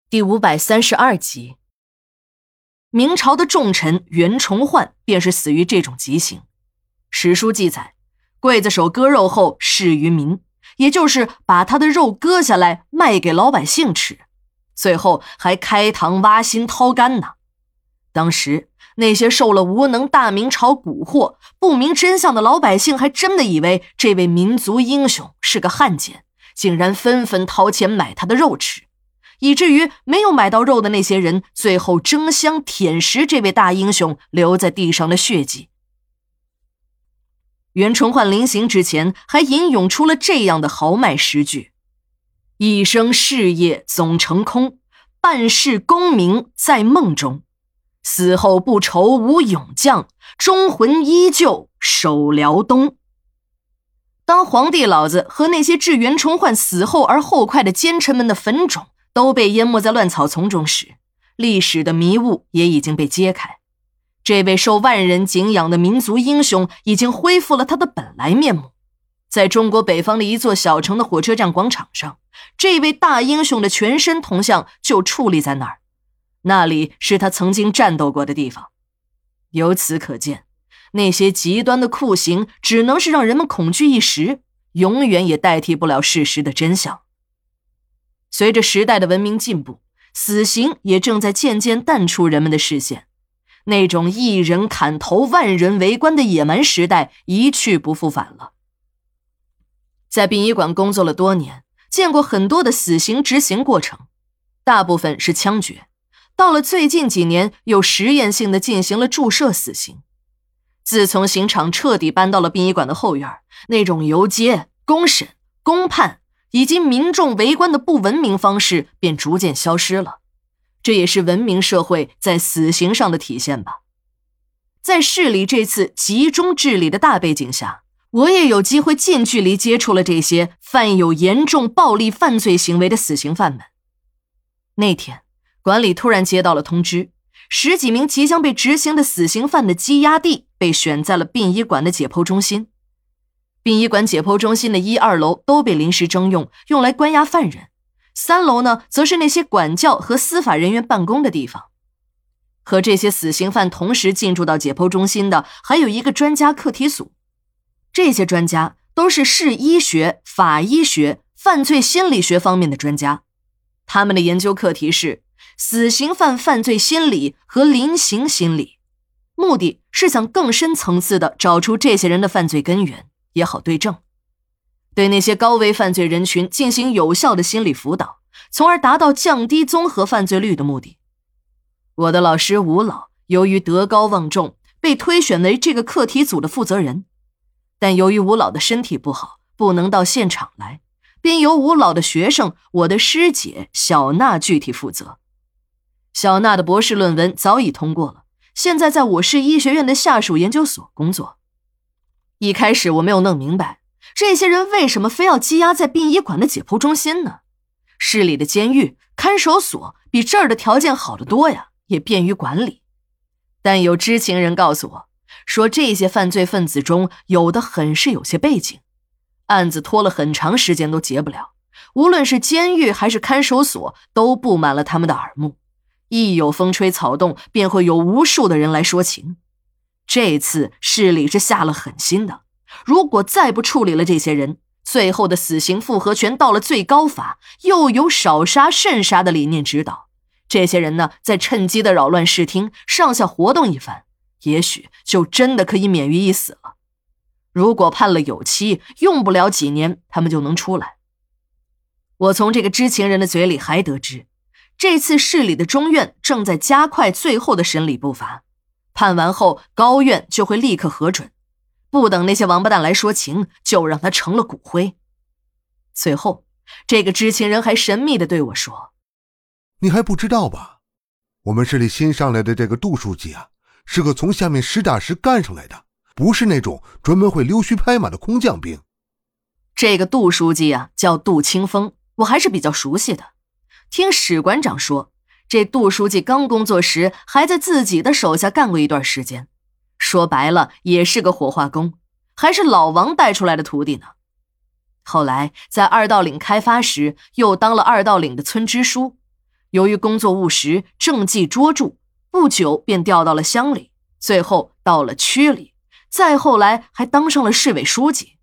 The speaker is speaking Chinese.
第532集。明朝的重臣袁崇焕便是死于这种极刑。史书记载，刽子手割肉后释于民，也就是把他的肉割下来卖给老百姓吃，最后还开膛挖心掏肝呢。当时那些受了无能大明朝蛊惑不明真相的老百姓还真的以为这位民族英雄是个汉奸，竟然纷纷掏钱买他的肉吃，以至于没有买到肉的那些人最后争相舔食这位大英雄留在地上的血迹。袁崇焕临行之前还吟咏出了这样的豪迈诗句：一生事业总成空，半世功名在梦中，死后不愁无勇将，忠魂依旧守辽东。当皇帝老子和那些置袁崇焕死后而后快的奸臣们的坟冢都被淹没在乱草丛中时，历史的迷雾也已经被揭开。这位受万人敬仰的民族英雄已经恢复了他的本来面目。在中国北方的一座小城的火车站广场上，这位大英雄的全身铜像就矗立在那儿，那里是他曾经战斗过的地方。由此可见，那些极端的酷刑只能是让人们恐惧一时，永远也代替不了事实的真相。随着时代的文明进步，死刑也正在渐渐淡出人们的视线。那种一人砍头万人围观的野蛮时代一去不复返了。在殡仪馆工作了多年，见过很多的死刑执行过程，大部分是枪决，到了最近几年又实验性地进行了注射死刑。自从刑场彻底搬到了殡仪馆的后院，那种游街、公审、公判以及民众围观的不文明方式便逐渐消失了。这也是文明社会在死刑上的体现吧。在市里这次集中治理的大背景下，我也有机会近距离接触了这些犯有严重暴力犯罪行为的死刑犯们。那天，馆里突然接到了通知，10几名即将被执行的死刑犯的羁押地被选在了殡仪馆的解剖中心。殡仪馆解剖中心的1、2楼都被临时征用，用来关押犯人。3楼呢，则是那些管教和司法人员办公的地方。和这些死刑犯同时进驻到解剖中心的，还有一个专家课题组。这些专家都是市医学、法医学、犯罪心理学方面的专家。他们的研究课题是死刑犯犯罪心理和临刑心理，目的是想更深层次地找出这些人的犯罪根源，也好对症。对那些高危犯罪人群进行有效的心理辅导，从而达到降低综合犯罪率的目的。我的老师吴老由于德高望重，被推选为这个课题组的负责人，但由于吴老的身体不好，不能到现场来，便由吴老的学生，我的师姐小娜具体负责。小娜的博士论文早已通过了，现在在我市医学院的下属研究所工作。一开始我没有弄明白，这些人为什么非要羁押在殡仪馆的解剖中心呢？市里的监狱、看守所比这儿的条件好得多呀，也便于管理。但有知情人告诉我，说这些犯罪分子中有的很是有些背景，案子拖了很长时间都结不了，无论是监狱还是看守所都布满了他们的耳目，一有风吹草动便会有无数的人来说情。这次市里是下了狠心的，如果再不处理了这些人，最后的死刑复核权到了最高法，又有少杀慎杀的理念指导，这些人呢，再趁机的扰乱视听，上下活动一番，也许就真的可以免于一死了。如果判了有期，用不了几年他们就能出来。我从这个知情人的嘴里还得知，这次市里的中院正在加快最后的审理步伐，判完后高院就会立刻核准，不等那些王八蛋来说情，就让他成了骨灰。最后，这个知情人还神秘地对我说： 你还不知道吧？我们市里新上来的这个杜书记啊，是个从下面实打实干上来的，不是那种专门会溜须拍马的空降兵。 这个杜书记啊，叫杜清风，我还是比较熟悉的。听史馆长说，这杜书记刚工作时还在自己的手下干过一段时间，说白了也是个火化工，还是老王带出来的徒弟呢。后来在二道岭开发时，又当了二道岭的村支书， 由于工作务实，政绩卓著，不久便调到了乡里，最后到了区里，再后来还当上了市委书记。